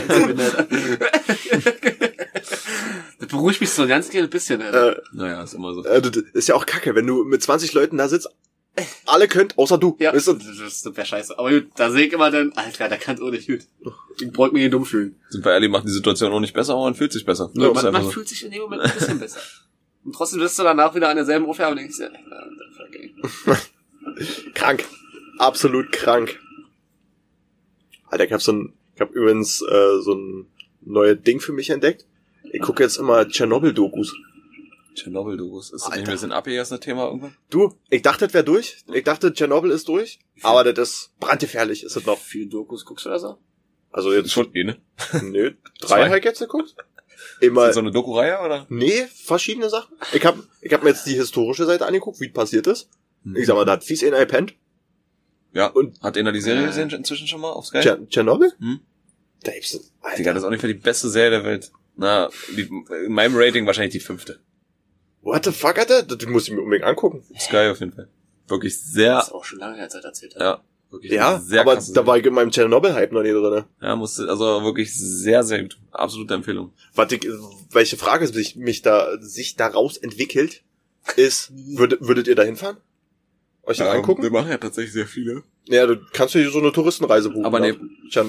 Das beruhigt mich so ein ganz kleines bisschen, Alter. Naja, ist immer so. Das ist ja auch kacke, wenn du mit 20 Leuten da sitzt, alle könnt, außer du. Ja, Weißt du? das wäre scheiße. Aber gut, da sehe ich immer dann, Alter, der kann es auch nicht gut. Ich bräuchte mich hier dumm fühlen. Sind wir ehrlich, macht die Situation auch nicht besser, aber man fühlt sich besser. Ja, Das ist einfach Man so. fühlt sich in dem Moment ein bisschen besser. Und trotzdem bist du danach wieder an derselben Aufgabe und denkst dir, okay. Krank. Absolut krank. Alter, ich hab übrigens so ein neues Ding für mich entdeckt. Ich gucke jetzt immer Tschernobyl-Dokus. Tschernobyl-Dokus. Ist das nicht Alter. ein bisschen abgegessen, das Thema irgendwann? Du, ich dachte, das wäre durch. Ich dachte, Tschernobyl ist durch. Aber das ist brandgefährlich, ist es noch. Wie viele Dokus guckst du da so? Also jetzt Schon ne? nö, 3 Zwei. habe ich jetzt geguckt. Ist Immer, das so eine Doku-Reihe, oder? nee, verschiedene Sachen. Ich hab mir jetzt die historische Seite angeguckt, wie es passiert ist. Ich sag mal, da hat fies in iPad. Ja, Und- hat einer die Serie gesehen inzwischen schon mal auf Sky? Tschernobyl? Hm? Da gibt's, Alter. Digga, das ist auch nicht für die beste Serie der Welt. Na, in meinem Rating wahrscheinlich die 5. What the fuck, Alter? Das muss ich mir unbedingt angucken. Sky auf jeden Fall. Wirklich sehr, Das ist auch schon lange her, als er das erzählt hat. ja, wirklich Ja, sehr aber krasse da war ich in meinem Tschernobyl-Hype noch nie drin. Ja, musste, also wirklich sehr, sehr gut. Absolute Empfehlung. Welche Frage sich daraus entwickelt, ist, würdet ihr da hinfahren? Euch das angucken? Wir machen ja tatsächlich sehr viele. Ja, du kannst dir so eine Touristenreise buchen. Aber nee.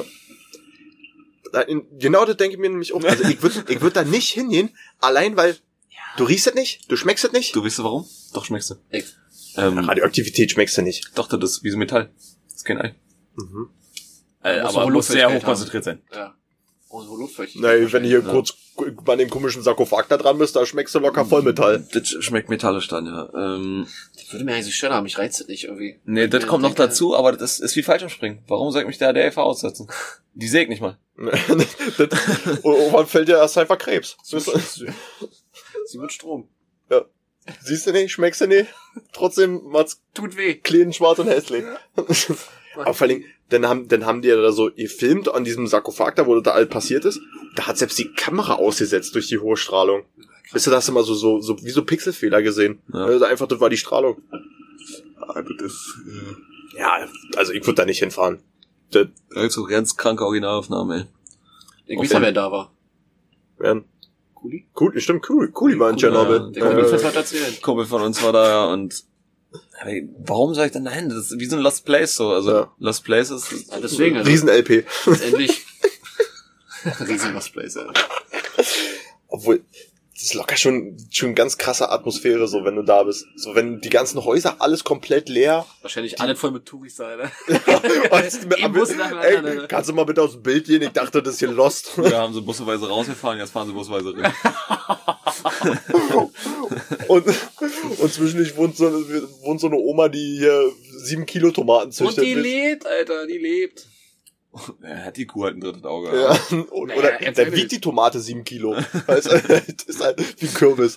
Genau das denke ich mir nämlich auch. Also ich würd da nicht hingehen, allein weil du riechst es nicht, du schmeckst es nicht. Du weißt du warum? Doch, schmeckst du. Ich. Radioaktivität schmeckst du nicht. Doch, das ist wie so Metall. Das ist kein Ei. Mhm. Aber muss sehr hoch konzentriert sein. Ja. Und so Luftfeuchtigkeit. Na, wenn du hier Ja. kurz bei dem komischen Sarkophag da dran bist, da schmeckst du locker Vollmetall. Das schmeckt metallisch dann, ja. Das würde mir eigentlich so schön haben, mich reizt das nicht irgendwie. Nee, das kommt noch dazu, aber das ist wie Fallschirmspringen. Warum soll ich mich da der FH aussetzen? Die sehe ich nicht mal. Und irgendwann fällt dir erst einfach Krebs. Sie wird Strom. Siehst du nicht, schmeckst du nicht, trotzdem macht's Tut weh. klein, schwarz und hässlich. Aber vor allen Dingen, dann haben die ja da so gefilmt an diesem Sarkophag da, wo das da alt passiert ist. Da hat selbst die Kamera ausgesetzt durch die hohe Strahlung. Wisst ihr, da hast du mal so wie so Pixelfehler gesehen. Ja. Also einfach, das war die Strahlung. Ja, also ich würde da nicht hinfahren. Das Also ganz kranke Originalaufnahme, ey. Ich weiß ja, wer da war. wären Kuli? cool, stimmt, Kuli war in Cool, Tschernobyl. Der Kuli wird was erzählen. Kumpel von uns war da und ey, warum soll ich denn dahin? Das ist wie so ein Lost Place so. Also Ja. Lost Place ist Ja, deswegen, also, Riesen-LP. letztendlich. Riesen Lost Place, ja. Obwohl, das ist locker schon ganz krasse Atmosphäre, so, wenn du da bist. So, wenn die ganzen Häuser, alles komplett leer. Wahrscheinlich alle voll mit Touris da, Alter. Ein Bus nach dem anderen, Ey, Alter. kannst du mal bitte aus dem Bild gehen? Ich dachte, das ist hier Lost. wir haben sie busseweise rausgefahren, jetzt fahren sie busseweise rein. und zwischendurch wohnt so eine Oma, die hier 7 Kilo Tomaten Und züchtet. die lebt, Alter, die lebt. Er hat die Kuh halt ein drittes Auge. Ja, Naja, oder jetzt dann ehrlich. wiegt die Tomate 7 Kilo. Weißt du, das ist halt wie ein Kürbis.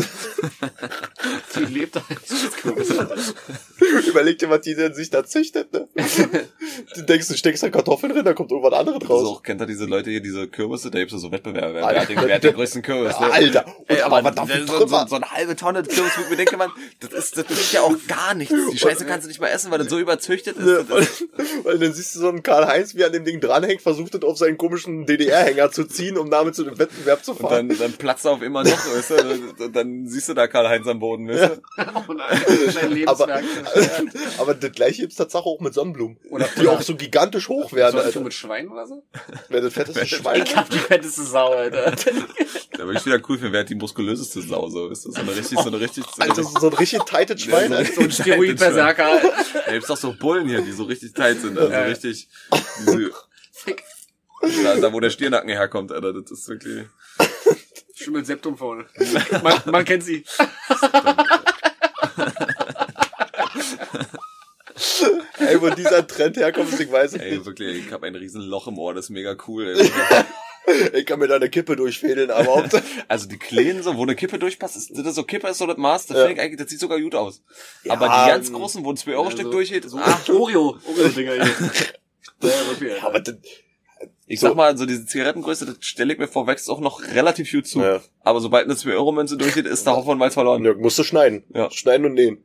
Die lebt halt. Überleg dir, was die denn sich da züchtet, ne? Du denkst, du steckst da Kartoffeln drin, da kommt irgendwas anderes Das ist raus. auch, kennt ihr diese Leute hier, diese Kürbisse, da gibt's ja so Wettbewerbe. Alter. Wer hat den größten Kürbis? Ne? Alter, und Ey, aber was da für Trümmer. so eine halbe Tonne Kürbis, wo ich mir denke, man, das ist ja auch gar nichts. Die Scheiße kannst du nicht mal essen, weil das so überzüchtet ist. Ne, weil dann siehst du so einen Karl-Heinz, wie er an dem Ding dranhängt, versucht das auf seinen komischen DDR-Hänger zu ziehen, um damit zu dem Wettbewerb zu Und fahren. dann platzt er auf immer noch, weißt du? Und dann siehst du da Karl-Heinz am Boden, weißt du? Oh nein, sein Lebenswerk. Aber das gleiche gibt's tatsächlich auch mit Sonnenblumen. Oder- die auch so gigantisch hoch werden, Sollst du Alter. mit Schweinen oder so? Wer das fetteste Schwein. Ich hab die fetteste Sau, Alter. Da würde ich wieder cool finden, wer hat die muskulöseste Sau, so, weißt du? So eine richtig, Alter, so ein richtig tightes Schwein, Ja, Alter. So ein Steroid-Berserker, Alter. Da gibt's doch so Bullen hier, die so richtig tight sind, also richtig, diese, Fick. da wo der Stirnacken herkommt, Alter, das ist wirklich, Schon mit Septum vorne. Man kennt sie. wo dieser Trend herkommt, ich weiß es Ey, nicht. wirklich, ich habe ein riesen Loch im Ohr, das ist mega cool. Ey. Ich kann mir da eine Kippe durchfädeln, aber Also die Kleinen, so, wo eine Kippe durchpasst, das so Kippe ist so das Maß, das Ja. finde ich eigentlich, das sieht sogar gut aus. Ja, Aber die ganz großen, wo ein 2-Euro-Stück durchgeht, So ah, Oreo-Dinger hier. Ja, aber das, ich sag mal, so diese Zigarettengröße, das stelle ich mir vor, wächst auch noch relativ gut zu. Ja. Aber sobald eine 2-Euro-Münze durchgeht, ist der Haufen mal verloren. ja, musst du schneiden. Ja. Schneiden und nähen.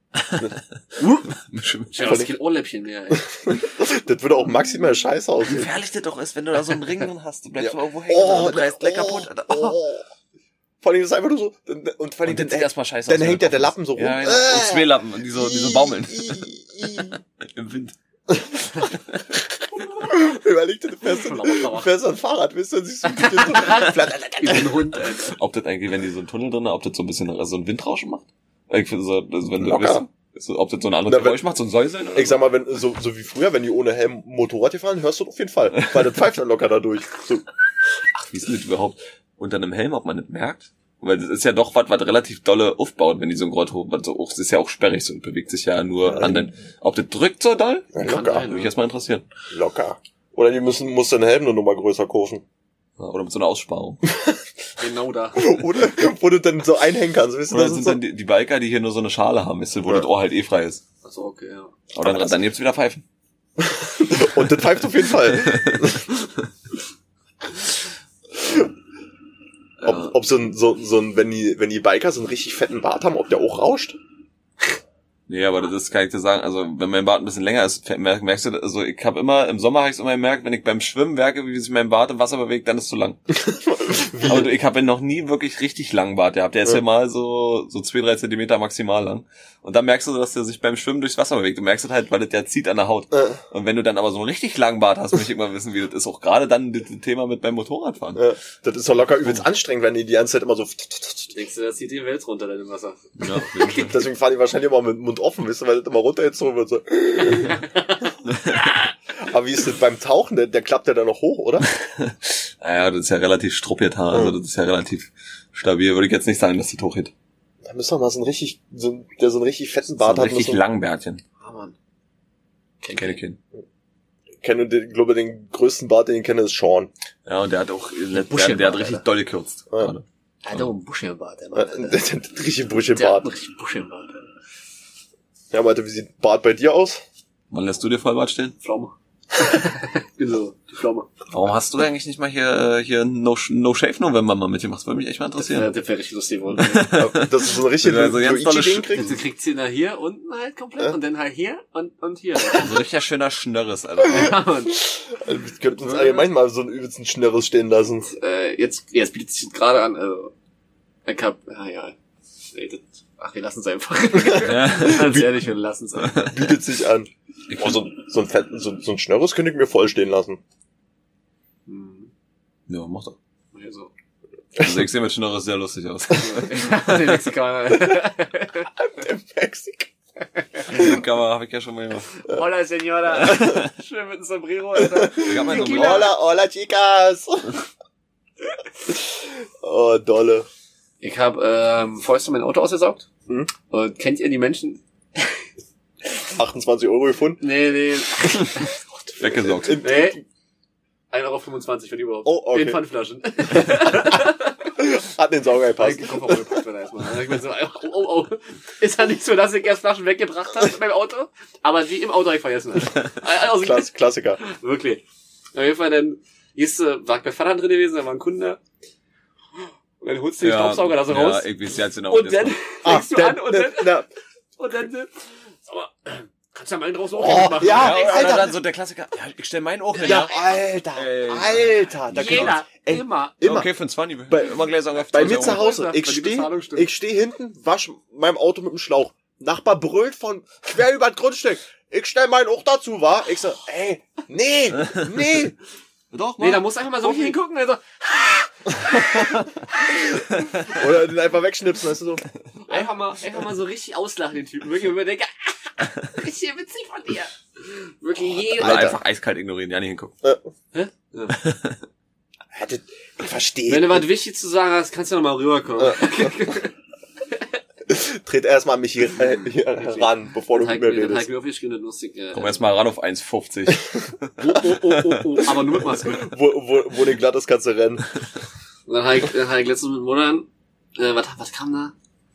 Ja, das geht Ohrläppchen mehr, ey. Das würde auch maximal scheiße Wie aussehen. gefährlich das doch ist, wenn du da so einen Ring drin hast, du bleibst Ja. mal irgendwo hängen und dann reißt lecker kaputt. Alter. Vor allem ist es einfach nur so, und vor allem Und dann sieht erstmal scheiße dann aus, hängt wenn ja du der drauf Lappen so rum. Ja, genau. Und 2 Lappen, und die so baumeln. Im Wind. Überleg dir, du fährst ein Fahrrad, weißt du, dann siehst du Wie so ein Hund, Alter. Ob das eigentlich, wenn die so einen Tunnel drin haben, ob das so ein bisschen so ein Windrauschen macht? Ich finde so, also wenn du, Locker. weißt du, ob das so ein anderes Na, Geräusch macht, so ein Säuseln oder Ich sag mal, wenn, so wie früher, wenn die ohne Helm Motorrad fahren, hörst du das auf jeden Fall. Weil das pfeift dann locker dadurch. So. Ach, wie ist denn das überhaupt? Unter einem Helm, ob man das merkt? Weil das ist ja doch was relativ dolle aufbaut, wenn die so ein Grott hoch, so, das ist ja auch sperrig, so, und bewegt sich ja nur an den, ob das drückt so doll? Ja, Kann locker. sein. Würde mich erstmal interessieren. Locker. Oder die muss den Helm eine Nummer größer kaufen. Ja, oder mit so einer Aussparung. Genau da. Oder, wo du dann so einhängen kannst, weißt du, Oder das das ist sind so. dann die Biker, die hier nur so eine Schale haben, weißt du, wo Ja. das Ohr halt frei ist. Achso, okay, ja. Aber Aber dann gibt's wieder Pfeifen. Und das pfeift auf jeden Fall. Ob so ein, wenn die Biker so einen richtig fetten Bart haben, ob der auch rauscht? Nee, aber das kann ich dir sagen, also wenn mein Bart ein bisschen länger ist, merkst du, also ich habe immer, im Sommer habe ich es immer gemerkt, wenn ich beim Schwimmen merke, wie sich mein Bart im Wasser bewegt, dann ist es zu lang. Aber ich habe noch nie wirklich richtig langen Bart gehabt, der ist ja mal so 2-3 Zentimeter maximal lang. Und dann merkst du, dass der sich beim Schwimmen durchs Wasser bewegt. Du merkst es halt, weil der zieht an der Haut. Und wenn du dann aber so einen richtig langen Bart hast, möchte ich mal wissen, wie das ist. Auch gerade dann das Thema mit beim Motorradfahren. Das ist doch locker übelst anstrengend, wenn die ganze Zeit immer so. Denkst du, das zieht die Welt runter, deinem Wasser? Ja, auf jeden Fall. Deswegen fahren die wahrscheinlich immer mit dem Mund offen, weißt du, weil das immer runtergezogen wird. So. Aber wie ist das beim Tauchen? Der klappt ja dann noch hoch, oder? Naja, das ist ja relativ struppiert Haar, also das ist ja relativ stabil. Würde ich jetzt nicht sagen, dass das hochgeht. Da müssen wir mal so einen richtig fetten So Bart ein hat. richtig langen Bärtchen. Ah, Mann. Kenne ich ihn. Ich kenne glaube den größten Bart, den ich kenne, ist Sean. Ja, und der hat auch, der Buschelbart, hat richtig doll gekürzt. Ja. Gerade. Er hat auch einen Busch im Bart, der Der Mann. hat einen richtig Der Buschelbart. hat einen richtig Busch im Bart. Ja, Malte, wie sieht Bart bei dir aus? Wann lässt du dir Vollbart stehen? Pflaume. Wieso? Die Pflaume. Warum hast du eigentlich nicht mal hier No-Shave-November mal mitgemacht? Das würde mich echt mal interessieren. Das wäre richtig lustig geworden. Das ist so ein richtig Also ganz tolle Luigi-Ding kriegst. Du kriegst ihn da hier unten halt komplett und dann halt hier und hier. So richtig schöner Schnörres, Alter. Ja, Mann. Also, wir könnten uns allgemein mal so einen übelsten Schnörres stehen lassen. Jetzt bietet sich gerade an, also, ich hab, ja. Nee, ach, wir lassen es einfach. Ja. Ganz ehrlich, wir lassen es einfach. Bietet sich an. Oh, so ein Schnörres könnte ich mir voll stehen lassen. Hm. Ja, mach doch. Also. Also ich sehe mit Schnörres sehr lustig aus. Den Mexikaner. Der Mexik. Den habe ich ja schon mal gemacht. Hola, Senora. Schön mit dem Sombrero, Alter. Ich hab meinen Tequila. Sombrero. Hola, chicas. Oh, dolle. Ich habe vorhin mein Auto ausgesaugt. Mhm. Und kennt ihr die Menschen? 28 Euro gefunden. Nee. Weggesaugt. Nee. 1,25 € wenn überhaupt. Oh, okay. In Pfandflaschen. Hat den Sauger gepasst. Eigentlich Koffer gepackt, wenn er erstmal. Dann hab ich mir so, oh. Ist ja nicht so, dass ich erst Flaschen weggebracht habe beim Auto, aber die im Auto habe ich vergessen. Also, Klassiker. wirklich. Auf jeden Fall dann, war bei Vater drin gewesen, da war ein Kunde. Und dann holst du den Staubsauger da so raus. Ja, ich weiß jetzt genau. Und dann fängst du an und dann, na, sag mal, kannst du ja meinen draußen auch Oh, machen. ja, Ja, Alter. oder dann so der Klassiker, ja, ich stell meinen auch hin, ja, ja. Alter. Da Jeder, ey, immer. immer. Für ein 20. Bei- Immer gleich sagen, Bei mir 20 zu Euro. Hause, Wenn die Bezahlung stimmt. ich steh hinten, wasch meinem Auto mit dem Schlauch. Nachbar brüllt von quer über das Grundstück. Ich stell meinen auch dazu, wa? Ich so, ey, nee. Doch, Nee, da musst du einfach mal so hingucken, also, Oder den einfach wegschnipsen, weißt du so. einfach mal so richtig auslachen, den Typen. Wirklich, wo ich mir denke, richtig witzig von dir. Wirklich jeder. Oder Alter. einfach eiskalt ignorieren, ja nicht hingucken. Hä? Ja. Ich verstehe. Wenn du was Wichtiges zu sagen hast, kannst du noch mal rüberkommen. Tritt erstmal an mich hier ran, bevor du mit mir redest. Komm erstmal ran auf 1,50. Oh, aber nur mit Maske. Wo den glatt ist, kannst du rennen. Und dann hab ich letztens mit Muttern, was kam da?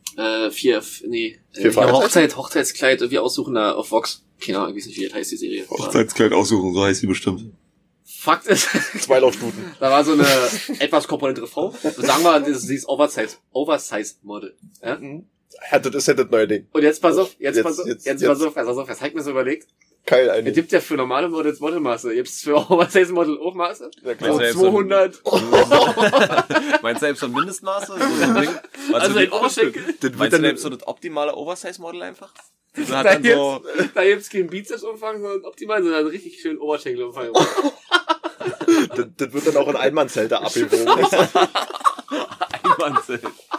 Hochzeitskleid irgendwie aussuchen da auf Vox. Keine Ahnung, ich weiß nicht, wie das heißt, die Serie. Hochzeitskleid aussuchen, so heißt sie bestimmt. Fakt ist, 2 Laufstuten. da war so eine etwas korpulentere Frau. Sagen wir mal, dieses Oversize-Model. Ja? Ja, das ist ja das neue Ding. Und jetzt pass auf, jetzt hab ich mir so überlegt. Geil, Es eigentlich. gibt ja für normale Models Modelmaße. Gibt's für Oversize-Model auch Maße? Ja, So klar. 200. Meinst du selbst so ein Mindestmaße? So ein Ding? Also ein Oberschenkel. Meinst du selbst so das optimale Oversize-Model einfach? Das hat Da dann so gibt's keinen Bizepsumfang, sondern optimal, sondern richtig schön Oberschenkelumfang. Das wird dann auch in Einmannzelter abgewogen. Einmannzelt.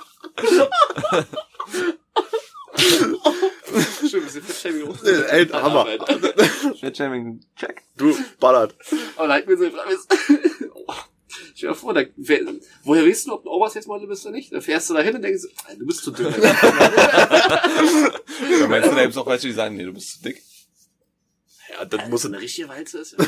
Schön, ein bisschen Fettshaming. Ey, Hammer. Fettshaming, check. Du, ballert. Aber da ich mir so gefragt ist, stell dir mal vor, woher weißt du, ob du ein Oversize-Model bist oder nicht? Da fährst du da hin und denkst, du bist zu dünn. Da meinst du selbst auch, weißt du, die sagen, nee, du bist zu dick. Ja, das muss eine richtige Walze ist.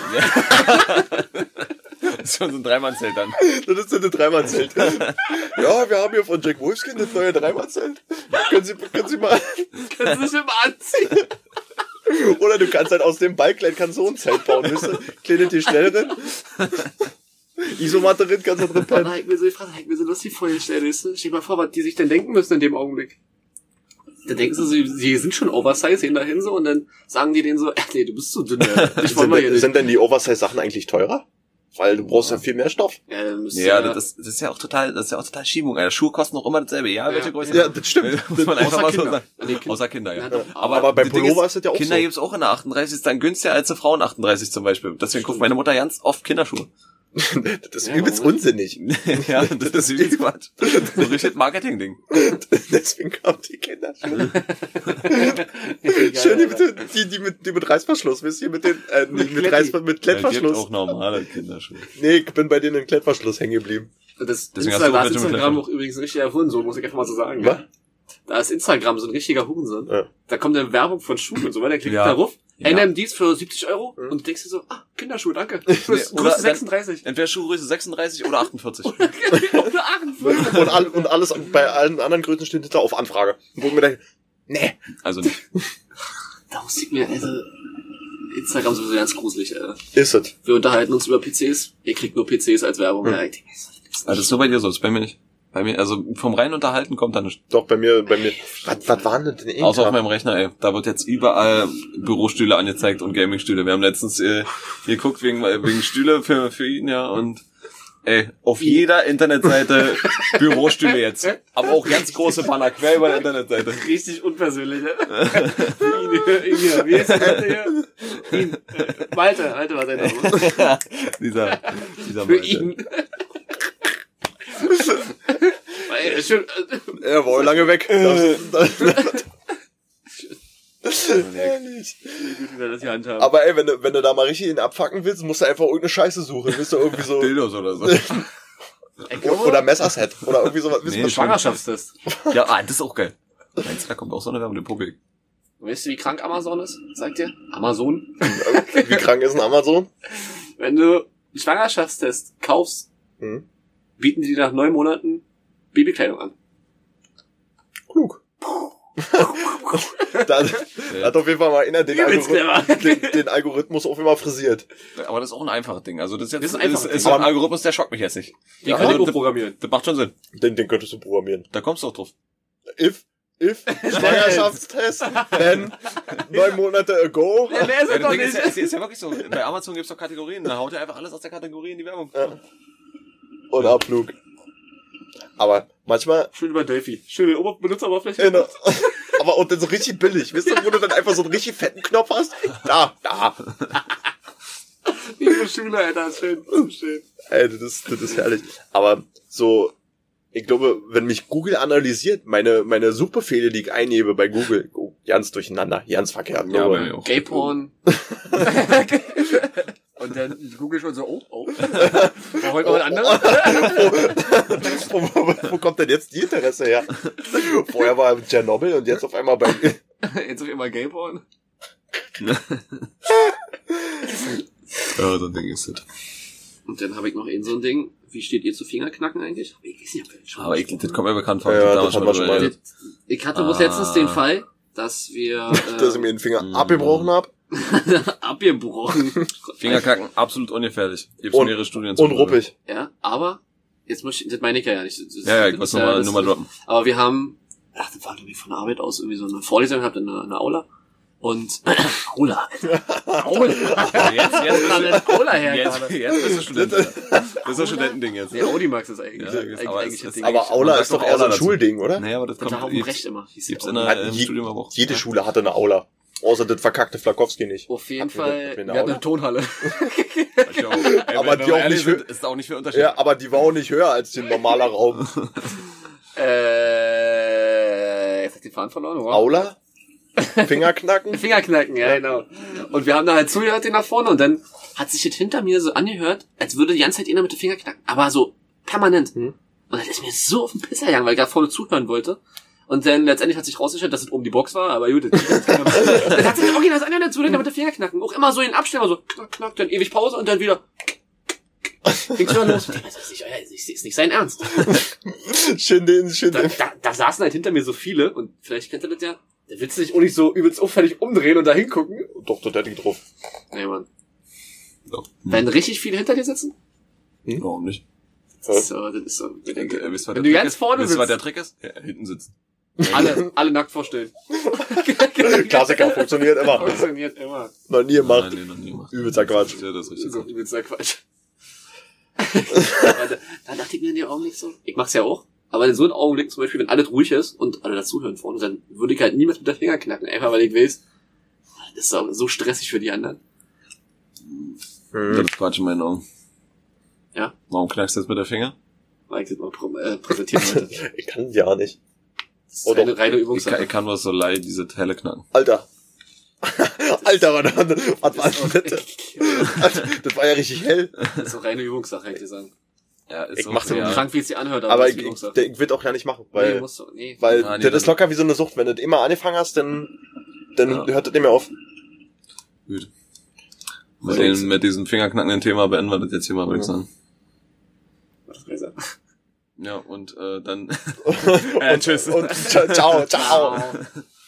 Das ist schon so ein Dreimannzelt dann. Das ist eine Dreimannzelt. Ja, wir haben hier von Jack Wolfskin das neue Dreimannzelt. Können Sie mal. Kannst du dich immer anziehen? Oder du kannst halt aus dem Ballkleid kannst du so ein Zelt bauen, weißt du? Kleine dir schnell drin. Isomatte drin, kannst du drin pennen. Da hab ich mir so lustig vorgestellt, weißt du? Stell dir mal vor, was die sich denn denken müssen in dem Augenblick. Da denken sie sind schon Oversize, gehen dahin so, und dann sagen die denen so, nee, du bist zu dünn, ich wollen wir hier nicht. Sind denn die Oversize-Sachen eigentlich teurer? Weil du brauchst ja viel mehr Stoff. Ja, das ist ja auch total Schiebung. Alter. Schuhe kosten auch immer dasselbe. Ja, welche Größe? Ja, das stimmt. Muss man einfach mal so Kinder. sagen. Außer Kinder, ja. Aber bei das Ding Pullover ist das ja auch Kinder so. gibt's auch in der 38, ist dann günstiger als eine Frau in 38 zum Beispiel. Deswegen kauft meine Mutter ganz oft Kinderschuhe. Das ist übelst unsinnig. Ja, das ist übelst Quatsch. So richtig Marketing-Ding. Deswegen kommen die Kinderschuhe. Schön, die mit Reißverschluss, wisst ihr, mit Klettverschluss. Es gibt auch normale Kinderschuhe. Nee, ich bin bei denen im Klettverschluss hängen geblieben. Deswegen hast du auch welche mit Instagram auch übrigens ein richtiger Hurensohn, muss ich einfach mal so sagen. Was? Da ist Instagram so ein richtiger Hurensohn. Ja. Da kommt eine Werbung von Schuhen und so weiter, klickt Ja. da ruf. Ja. NMDs für 70 € und du denkst dir so, Kinderschuhe, danke. Größe Oder 36. Entweder Schuhgröße 36 oder 48. Oder 48. Und alles, bei allen anderen Größen steht da auf Anfrage. Wo ich mir denke, nee. Also nicht. Da muss ich mir, Instagram sowieso ganz gruselig, Ist es. Wir unterhalten uns über PCs, ihr kriegt nur PCs als Werbung. Ja, ich denke, Also das ist nur bei dir so, das ist bei mir nicht. Bei mir, also vom reinen Unterhalten kommt da nichts. Doch, bei mir. Was waren denn eben? Außer auf meinem Rechner, ey. Da wird jetzt überall Bürostühle angezeigt und Gamingstühle. Wir haben letztens geguckt wegen Stühle für ihn, ja, und auf jeder Internetseite Bürostühle jetzt. Aber auch ganz große Banner quer über der Internetseite. richtig unpersönlich, ne? Wie ist der hier? Ihn. Malte war sein Name. dieser Für Malte. ihn. Schön, Er war auch lange weg. Herrlich. Gut, wie wir das hier handhaben. Aber ey, wenn du da mal richtig ihn abfacken willst, musst du einfach irgendeine Scheiße suchen. Willst du irgendwie so. Dildos oder so. Oder Messerset. Oder irgendwie sowas. Nee, Schwangerschaftstest. Ja, das ist auch geil. Meinst du, da kommt auch so eine Werbung, den Publik. Weißt du, wie krank Amazon ist? Sagt ihr? Amazon? Wie krank ist ein Amazon? Wenn du einen Schwangerschaftstest kaufst, bieten die dir nach 9 Monaten Babykleidung an. Klug. Da hat auf jeden Fall mal einer den Algorithmus auf immer frisiert. Aber das ist auch ein einfaches Ding. Also das ist jetzt Das ist ein einfaches ist Ding. ein Algorithmus, der schockt mich jetzt nicht. Den kann ich auch programmieren. Das macht schon Sinn. Den könntest du programmieren. Da kommst du auch drauf. If Schwangerschaftstest, then 9 Monate ago. Ja, mehr ist es doch nicht. Ist ja wirklich so. Bei Amazon gibt's doch Kategorien. Da haut er einfach alles aus der Kategorie in die Werbung. Ja. Und Abflug. Aber manchmal. Schön über Delphi. Schöne Benutzeroberfläche. Genau. Aber und dann so richtig billig. Wisst ihr, wo du dann einfach so einen richtig fetten Knopf hast? Da. Liebe Schüler, Alter, schön. Ey, das ist herrlich. Aber so, ich glaube, wenn mich Google analysiert, meine Suchbefehle, die ich eingebe bei Google, ganz durcheinander, ganz verkehrt. Ja, bei mir auch. Gay-Porn. Und dann Google schon so, oh. Wollen wir heute noch einen anderen? Wo kommt denn jetzt die Interesse her? Vorher war er Tschernobyl und jetzt auf einmal bei... Jetzt auf einmal Gayporn. Ja, so ein Ding ist das. Und dann habe ich noch so ein Ding. Wie steht ihr zu Fingerknacken eigentlich? Ich weiß nicht, ob wir schon Aber das kommt mir bekannt vor. Ja, damals das haben wir schon mal. drüber Ich hatte bloß letztens den Fall, dass wir dass ich mir den Finger abgebrochen habe. abgebrochen. Fingerknacken, absolut ungefährlich. Gibt's mehrere Studien zu. Und ruppig. Ja, aber jetzt das meine ich ja nicht. Das Ja, ich muss nochmal Nummer droppen. Aber wir haben, das war irgendwie von der Arbeit aus irgendwie so eine Vorlesung gehabt in einer Aula. Und Aula, Alter. Aula. Jetzt gerade ein Aula her. Jetzt bist du Student. Das ist so ein Studentending jetzt. Der Audimax ist eigentlich. Ja, aber eigentlich es- das Ding. Aber Aula ist doch eher so ein dazu. Schulding, oder? Naja, aber das Und kommt, darum recht immer. Hieß gibt's die in Aula. der, im Studium aber auch. Jede Schule hatte eine Aula. Außer das verkackte Flakowski nicht. Auf jeden Hatten wir Fall, eine wir hatten Aula? eine Tonhalle. Aber die auch nicht sind, ist auch nicht viel Unterschied. Ja, aber die war auch nicht höher als den normaler Raum. Jetzt hat die Faden verloren, oder? Aula? Fingerknacken? Fingerknacken, ja, genau. Und wir haben da halt zugehört, den nach vorne, und dann hat sich das hinter mir so angehört, als würde die ganze Zeit einer mit dem Finger knacken. Aber so permanent. Und das ist mir so auf den Pisser gegangen, weil ich da vorne zuhören wollte. Und dann letztendlich hat sich rausgestellt, dass es oben die Box war, aber gut. Das hat sich auch das angehört, als würde der mit dem Finger knacken. Auch immer so in Abständen, so knack, knack, dann ewig Pause und dann wieder ging's wieder los. Das ist nicht sein Ernst. Schön den. Da saßen halt hinter mir so viele, und vielleicht kennt ihr das ja, da willst du dich auch nicht so übelst auffällig umdrehen und da hingucken. Doch, der hätte ich drauf. Nee, Mann. So. Wenn richtig viele hinter dir sitzen? Warum nicht? Das ist so, ich denke, Wisst ihr, was wenn der du Trick ganz ist? vorne Wisst ihr, was sitzt, der Trick ist? Ja, hinten sitzen. alle nackt vorstellen. Klassiker, funktioniert immer. Funktioniert immer. Noch nie gemacht. Nein, nee, noch nie gemacht. Übelster Quatsch. Ja, das ist richtig. So, übelster Quatsch. Aber da dachte ich mir in dem Augenblick so, ich mach's ja auch, aber in so einem Augenblick zum Beispiel, wenn alles ruhig ist und alle dazuhören vorne, dann würde ich halt niemals mit der Finger knacken, einfach weil ich weiß, das ist so stressig für die anderen. Das ist Quatsch in meinen Augen. Ja? Warum knackst du jetzt mit der Finger? Weil ich das mal präsentieren wollte. Ich kann ja nicht. Das ist Oh, doch. eine reine Ich Übungssache. kann was so leid, diese Teile knacken. Alter. Alter, was war das? Das war ja richtig hell. Das ist so reine Übungssache, hätte ich sagen. Ja, ist Ich so, mach so ja. Krank, wie es sich anhört, Aber das ich ist Übungssache. will auch ja nicht machen, Nee, weil, musst du, nee. weil Ja, nee, das dann- ist locker wie so eine Sucht. Wenn du das immer angefangen hast, dann Ja. hört das nicht mehr auf. Gut. Mit diesem fingerknackenden Thema beenden wir das jetzt hier mal, würde ich sagen. Was soll ich sagen? Ja, und dann... Tschüss. Und ciao. Ciao.